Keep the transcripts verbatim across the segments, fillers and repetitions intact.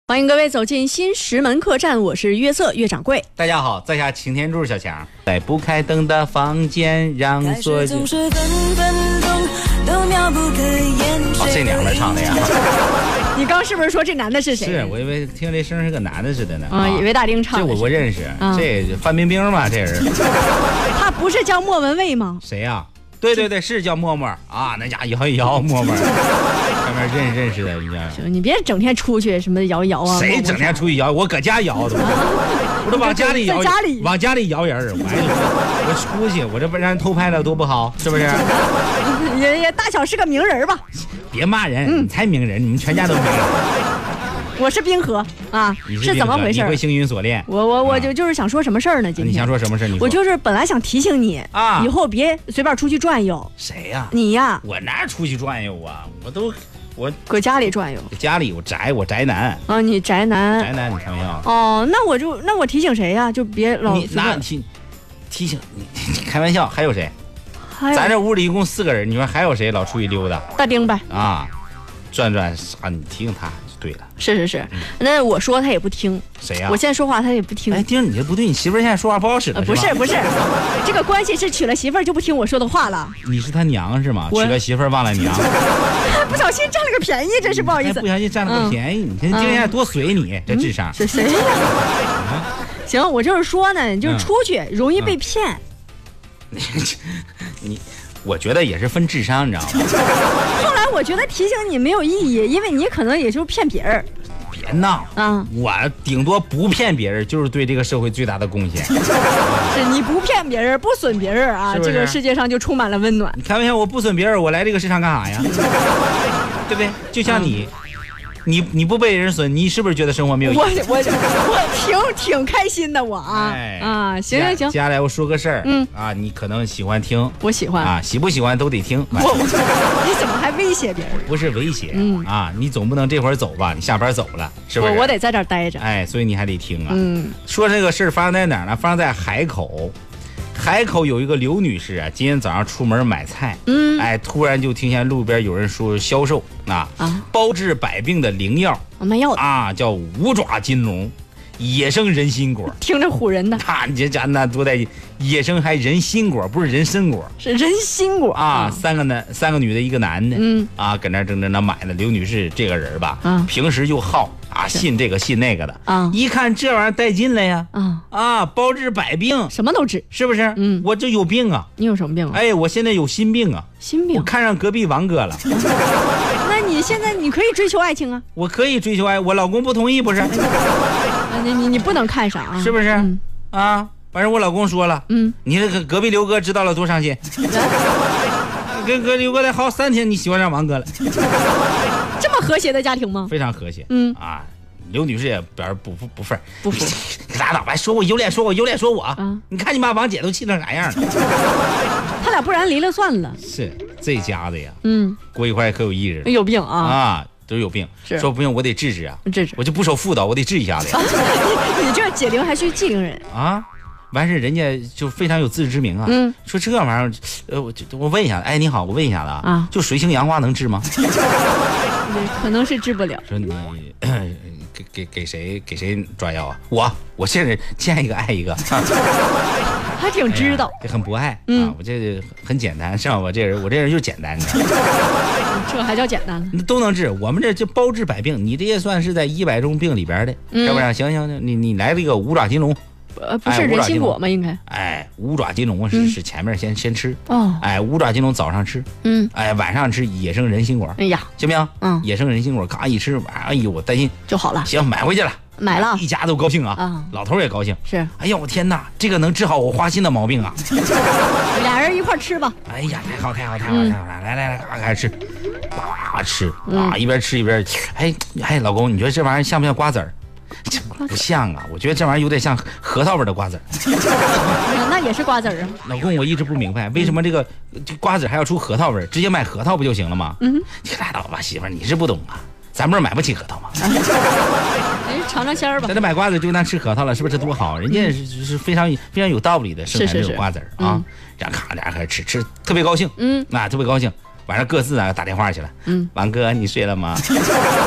欢迎各位走进新石门客栈，我是约瑟岳掌柜。 大家好，在下擎天柱小强。在不开灯的房间，让所有总是分分钟都妙不可言。哦，这娘们唱的呀！ 你刚是不是说这男的是谁？ 是我以为听这声是个男的似的呢。 啊，以为大丁唱的。 这我我认识，啊、这范冰冰嘛，这人。 他不是叫莫文蔚吗？ 谁呀、啊？对对对，是叫默默啊，那家摇一摇默默。上面认认识的，你知道？ 行，你别整天出去什么摇一摇啊！ 谁整天出去摇？我搁家摇的，我都往家里摇， 家里往家里摇人。我我出去，我这不让人偷拍了多不好，是不是？ 也也大小是个名人吧？ 别骂人，嗯、你才名人，你们全家都名人。 我是冰河啊， 是, 是怎么回事？ 你会星云锁链。 我我我就就是想说什么事儿呢？今天、 啊、你想说什么事？你我就是本来想提醒你啊， 以后别随便出去转悠。 谁呀、啊？ 你呀？ 我哪出去转悠啊？我都我搁家里转悠。 家里我宅，我宅男啊，你宅男。 宅男，你开玩笑。 哦，那我就那我提醒谁呀、啊？就别老你那提提醒你，你开玩笑，还有谁？ 还有咱这屋里一共四个人，你说还有谁老出去溜达？ 大丁呗。 啊，转转啥？你提醒他。对了， 是是是，嗯、那我说他也不听。 谁呀、啊？ 我现在说话他也不听。 哎，丁你这不对，你媳妇现在说话不好使了、 呃、不是不是，这个关系是娶了媳妇就不听我说的话了。 你是他娘是吗？娶了媳妇忘了娘， 不小心占了个便宜，真是不好意思。 不小心占了个便宜，嗯、你看丁现在多随你，嗯、这智商。 是谁呀、啊？行，我就是说呢，你就是出去、嗯、容易被骗。 嗯、你。我觉得也是分智商，你知道吗？ 后来我觉得提醒你没有意义，因为你可能也就是骗别人。 别闹啊！我顶多不骗别人，就是对这个社会最大的贡献。 是你不骗别人，不损别人啊， 是是这个世界上就充满了温暖。 你开玩笑，我不损别人，我来这个市场干啥呀？对不对？就像你。嗯你你不被人损，你是不是觉得生活没有意义？ 我我我挺挺开心的，我啊、哎、啊，行行行。 接下来我说个事儿，嗯啊，你可能喜欢听， 我喜欢啊，喜不喜欢都得听。 我你怎么还威胁别人？ 不是威胁，嗯啊，你总不能这会儿走吧？你下班走了，是不是？ 我我得在这儿待着， 哎，所以你还得听啊。 嗯， 说这个事儿发生在哪儿呢？发生在海口。海口有一个刘女士啊，今天早上出门买菜，嗯，哎，突然就听见路边有人说销售啊，啊包治百病的灵药， 卖药啊，叫五爪金龙，野生人参果， 听着唬人的。 啊，你这家那多带野生还人参果，不是人参果， 是人参果啊。三个男，三个女的，一个男的， 嗯， 啊，搁那正正那买的。刘女士这个人吧，啊，平时就好啊，信这个信那个的，啊，一看这玩意儿带劲了呀，啊啊，包治百病， 什么都治， 是不是？嗯，我这有病啊。 你有什么病啊？ 哎，我现在有心病啊。 心病？ 我看上隔壁王哥了。 那你现在你可以追求爱情啊。 我可以追求爱，我老公不同意，不是？ 你你你不能看上啊， 是不是？ 嗯、 啊，反正我老公说了，嗯，你这个隔壁刘哥知道了多伤心。跟跟刘哥再好三天，你喜欢上王哥了。 这么和谐的家庭吗？ 非常和谐。 嗯啊，刘女士也表示不不不忿， 不服， 拉倒吧，说我有脸说我有脸说我啊！你看你把王姐都气成啥样了？ 他俩不然离了算了。 是这家子呀， 嗯， 过一块可有意思， 有病啊啊！都有病，说不用我得治治啊， 治治， 我就不守妇道，我得治一下子呀。 你, 你这解铃还须系铃人啊！完事人家就非常有自知之明啊，嗯，说这玩意儿，呃，我我问一下，哎，你好，我问一下子啊，啊就水性杨花能治吗？ 可能是治不了。 说你给给给谁给谁抓药啊？我我现在见一个爱一个。 还挺知道， 这、哎、很不爱、嗯、啊！我这很简单，是吧？我这人，我这人就简单， 这还叫简单了？ 都能治，我们这就包治百病。你这也算是在一百种病里边的，要、嗯、不然行行，你你来这个五爪金龙， 呃，不是人参果吗？应该， 哎，五爪金龙是、嗯、是前面先先吃哦， 哎，五爪金龙早上吃，嗯，哎，晚上吃野生人参果， 哎呀， 行不行？ 嗯， 野生人参果，嘎一吃，哎呦，我担心就好了。 行，买回去了。 买了， 一家都高兴啊！ 啊， 老头也高兴。 是， 哎呀，我天哪，这个能治好我花心的毛病啊！ 俩人一块吃吧。 哎呀，太好，太好，太好，太好了！来来来，开始吃，哇吃啊，一边吃一边，哎哎，老公，你觉得这玩意儿像不像瓜子儿？不像啊，我觉得这玩意儿有点像核桃味的瓜子儿。 那也是瓜子儿啊。 老公，我一直不明白，为什么这个这瓜子还要出核桃味，直接买核桃不就行了吗？嗯，你拉倒吧，媳妇儿，你是不懂啊。咱不是买不起核桃吗？ 哎，尝尝鲜儿吧。 在这买瓜子就当吃核桃了，是不是多好？人家是是非常非常有道理的生产这种瓜子儿啊。然后咔，俩人开始吃，吃特别高兴，嗯，啊，特别高兴。晚上各自啊打电话去了，嗯，王哥你睡了吗？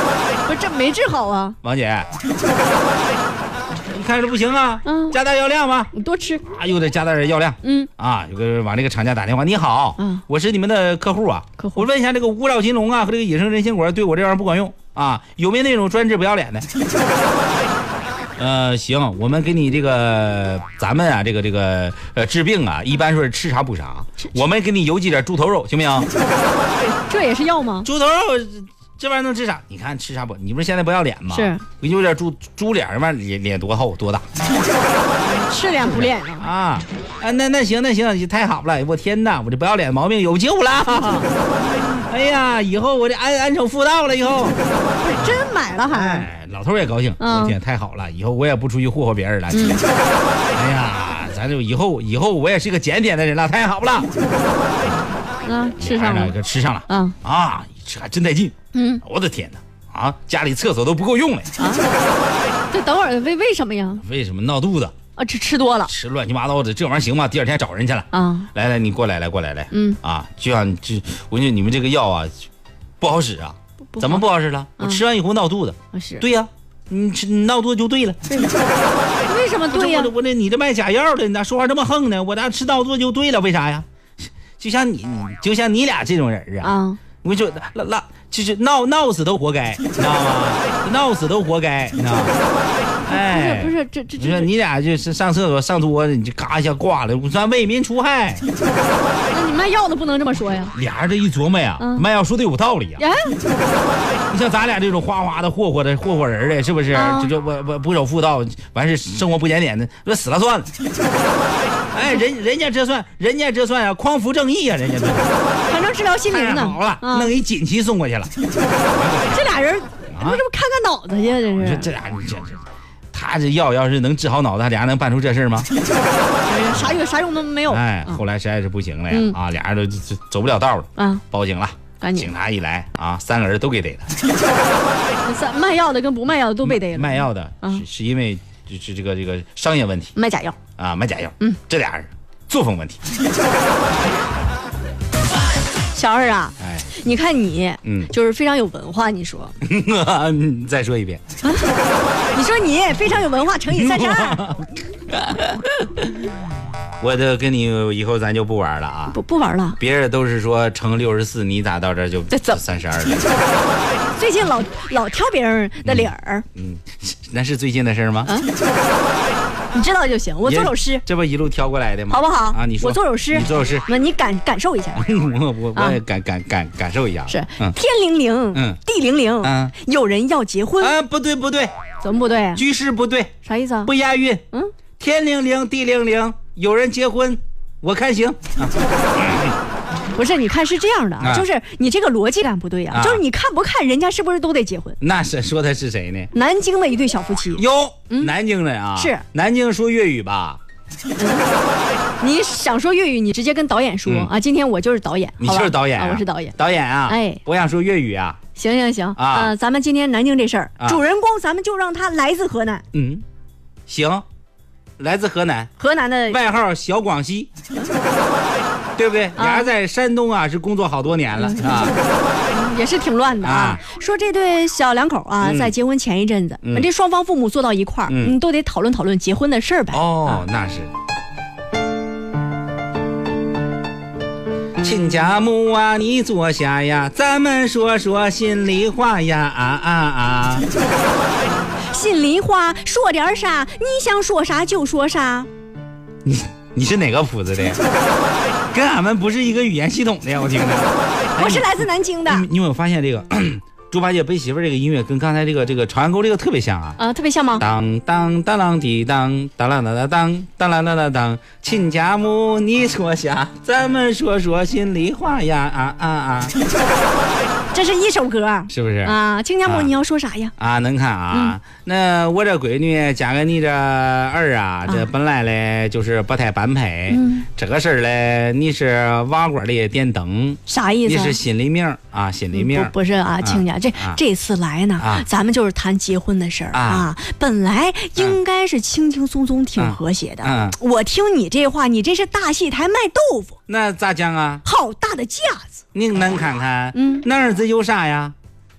不是这没治好啊， 王姐，你看着不行啊， 嗯， 加大药量吧， 你多吃啊，又得加大药量， 嗯啊，有个往这个厂家打电话，你好， 嗯， 我是你们的客户啊， 客户， 我问一下这个五老金龙啊和这个野生人参果对我这玩意儿不管用啊，有没有那种专治不要脸的？呃，行，我们给你这个，咱们啊，这个这个呃治病啊，一般说是吃啥补啥，我们给你邮寄点猪头肉，行不行？ 这也是药吗？ 猪头肉。这玩意儿能治啥？你看吃啥不？你不是现在不要脸吗？ 是， 我有点猪猪脸，这玩意儿脸脸多厚多大？ 吃脸补脸啊！啊啊，那那行那行，太好了！我天哪，我这不要脸毛病有救了！哎呀，以后我这安安守妇道了，以后不是真买了还？ 哎，老头也高兴，我天，太好了！以后我也不出去霍霍别人了。嗯、哎呀，咱就以后以后我也是个检点的人了，太好了！ 啊，吃上了， 可吃上了， 嗯啊，这还真带劲。嗯，我的天哪，啊，家里厕所都不够用了。啊， 这等会儿为为什么呀？ 为什么闹肚子？ 啊，吃吃多了， 吃乱七八糟的，这玩意儿行吗？第二天找人去了。啊，来来，你过来，来过来，来。嗯，啊，就像这，我跟你说，你们这个药啊，不好使啊。怎么不好使了？我吃完以后闹肚子。是。对呀，你吃你闹肚子就对了。 为什么对呀？ 我我这你这卖假药的，你咋说话这么横呢？我咋吃闹肚子就对了？为啥呀？就像你，你就像你俩这种人啊。啊。我跟你说，那那就是闹闹死都活该，你知道吗？闹死都活该，你知道吗？哎， 不是不是，这这你说你俩就是上厕所上桌子，你就嘎一下挂了，我算为民除害。 那你卖药的不能这么说呀？ 俩人这一琢磨呀，嗯、卖药说的有道理呀、啊。你像咱俩这种哗哗的霍霍的霍霍人的，是不是？啊、就就我我不守妇道，完事生活不检点的，说死了算了。哎，人人家这算，人家这算啊，匡扶正义啊，人家这还能治疗心灵呢。 好了，啊、弄一锦旗送过去了。 这俩人，我这不看看脑子去，这是。 这这俩，这这，他这药要是能治好脑子，俩人能办出这事吗？ 啥用啥用都没有。 哎，后来实在是不行了呀，嗯、啊，俩人都走不了道了，啊，报警了。 赶紧， 警察一来啊，三个人都给逮了。 卖药的跟不卖药的都被逮了。 卖药的是是因为就是这个这个商业问题， 卖假药啊，卖假药。嗯，这俩人作风问题。 小二啊，哎，你看你，嗯，就是非常有文化。你说， 你再说一遍。 啊、你说你非常有文化，乘以三十二。 我都跟你以后咱就不玩了啊！ 不不玩了。 别人都是说乘六十四，你咋到这就三十二了？最近老老挑别人的理儿。 嗯，那是最近的事吗？啊， 你知道就行。我做首诗， 这不一路挑过来的吗？ 好不好啊？你说， 我做首诗， 你做首诗， 那你感感受一下。 我我我也感感感感受一下。 是，天灵灵，嗯，地灵灵，嗯，有人要结婚。 啊，不对不对， 怎么不对？ 句式不对， 啥意思啊？ 不押韵。嗯，天灵灵，地灵灵。有人结婚，我看行。啊、 不是，你看是这样的啊，就是你这个逻辑感不对啊，啊就是你看不看人家是不是都得结婚？ 那是说的是谁呢？ 南京的一对小夫妻。 哟，嗯、南京的啊， 是南京说粤语吧？ 嗯、你想说粤语，你直接跟导演说、嗯、啊。今天我就是导演， 你就是导演、啊啊，我是导演。 导演啊， 哎， 我想说粤语啊。 行行行啊、呃，咱们今天南京这事儿，啊、主人公咱们就让他来自河南。 嗯，行。来自河南， 河南的外号小广西，对不对？俩人在山东啊是工作好多年了啊， 也是挺乱的啊。说这对小两口啊，在结婚前一阵子，这双方父母坐到一块儿，嗯，都得讨论讨论结婚的事儿呗。 哦，那是。亲家母啊，你坐下呀，咱们说说心里话呀啊啊啊！ 心里话说点啥？你想说啥就说啥。 你你是哪个谱子的？跟俺们不是一个语言系统的呀，我听着。 我是来自南京的。 你, 你有没有发现这个猪八戒背媳妇这个音乐跟刚才这个这个长安沟这个特别像啊？ 啊，特别像吗？ 当当当啷滴当当啷当当当当啷当当当，亲家母你坐下，咱们说说心里话呀啊啊啊！ 这是一首歌， 是不是啊？亲家母，你要说啥呀？ 啊，能看啊。嗯、那我这闺女嫁给你这儿啊，这本来嘞就是不太般配。嗯、这个事儿嘞，你是瓦锅里点灯， 啥意思？ 你是心里命啊，心里命。 不, 不是啊，亲家，这、啊、这次来呢、啊，咱们就是谈结婚的事儿 啊, 啊。本来应该是轻轻松松，挺和谐的。嗯，我听你这话，你这是大戏台卖豆腐。 那咋讲啊？ 好大的架子！ 您能看看，嗯，那儿子有啥呀？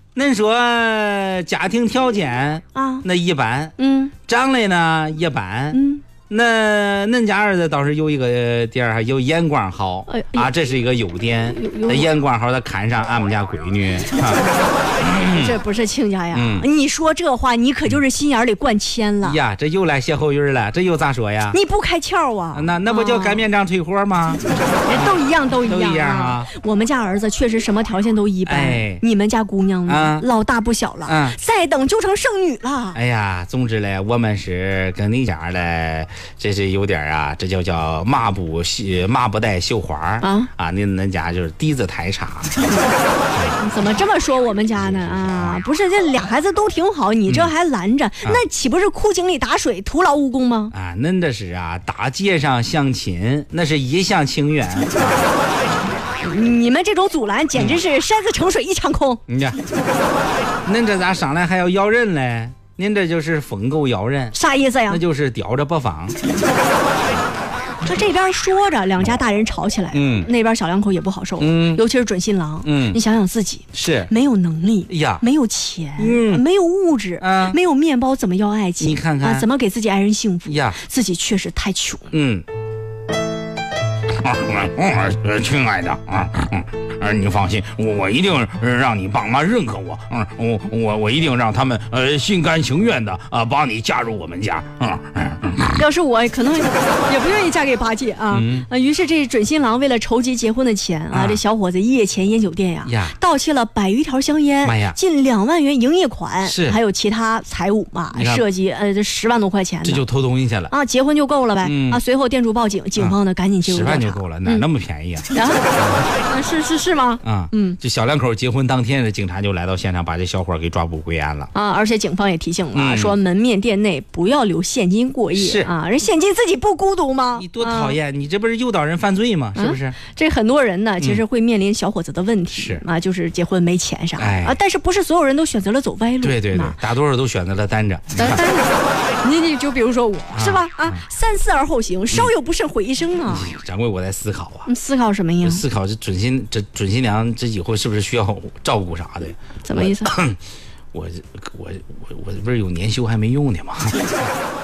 恁说家庭条件啊，那一般，嗯，长得呢一般，嗯。那恁家儿子倒是有一个点儿，有眼光好、哎、啊，这是一个优点。那眼光好，他看上俺们家闺女。 这不是亲家呀、嗯！你说这话，你可就是心眼里灌铅了呀！这又来歇后语了，这又咋说呀？ 你不开窍啊？ 那那不叫擀面杖推火吗？ 啊、都一样，都一样， 都一样啊！ 我们家儿子确实什么条件都一般，哎、你们家姑娘呢？啊、老大不小了，啊、再等就成剩女了。 哎呀，总之嘞，我们是跟你家嘞。这是有点啊，这就叫马不马不带绣花啊啊！您恁家就是底子太差。 怎么这么说我们家呢？啊，不是，这俩孩子都挺好，你这还拦着，嗯、那岂不是枯井里打水，徒劳无功吗？ 啊，恁这是啊，大街上相亲，那是一厢情愿。 你们这种阻拦简直是山子成水一场空。 嗯呀，恁这咋上来还要咬人嘞？您这就是疯狗咬人， 啥意思呀？ 那就是叼着不放。 这这边说着，两家大人吵起来，嗯，那边小两口也不好受，嗯，尤其是准新郎，嗯，你想想自己是没有能力呀，没有钱，嗯，没有物质，啊，没有面包，怎么要爱情？ 你看看， 啊，怎么给自己爱人幸福呀？自己确实太穷， 嗯。啊，亲爱的啊，嗯，你放心，我我一定让你爸妈认可我，嗯，我我我一定让他们呃心甘情愿的啊把你嫁入我们家，嗯嗯。要是我可能也不愿意嫁给八戒啊，嗯、啊，于是这准新郎为了筹集结婚的钱啊，啊这小伙子夜前烟酒店呀，呀盗窃了百余条香烟，近两万元营业款，是还有其他财物嘛，涉及呃这十万多块钱， 这就偷东西去了啊，结婚就够了呗，嗯、啊，随后店主报警，警方呢、啊、赶紧介入调查。 十万就够了，哪那么便宜啊？ 啊，啊是是是吗？ 啊，嗯，这小两口结婚当天，的警察就来到现场，把这小伙给抓捕归案了啊，而且警方也提醒了，嗯、说门面店内不要留现金过夜，是啊，人现金自己不孤独吗？ 你多讨厌！啊、你这不是诱导人犯罪吗？是不是？啊、 这很多人呢，其实会面临小伙子的问题，是、嗯、啊，就是结婚没钱啥的、哎、啊，但是不是所有人都选择了走歪路？ 对对对，大多数都选择了单着。 单着，你你就比如说我，啊、是吧？啊，三思而后行，稍有不慎毁一生啊！ 嗯、掌柜，我在思考啊， 你思考什么呀？ 思考这准新这准新娘这以后是不是需要照顾啥的？ 怎么意思？ 我我我我我不是有年休还没用的吗？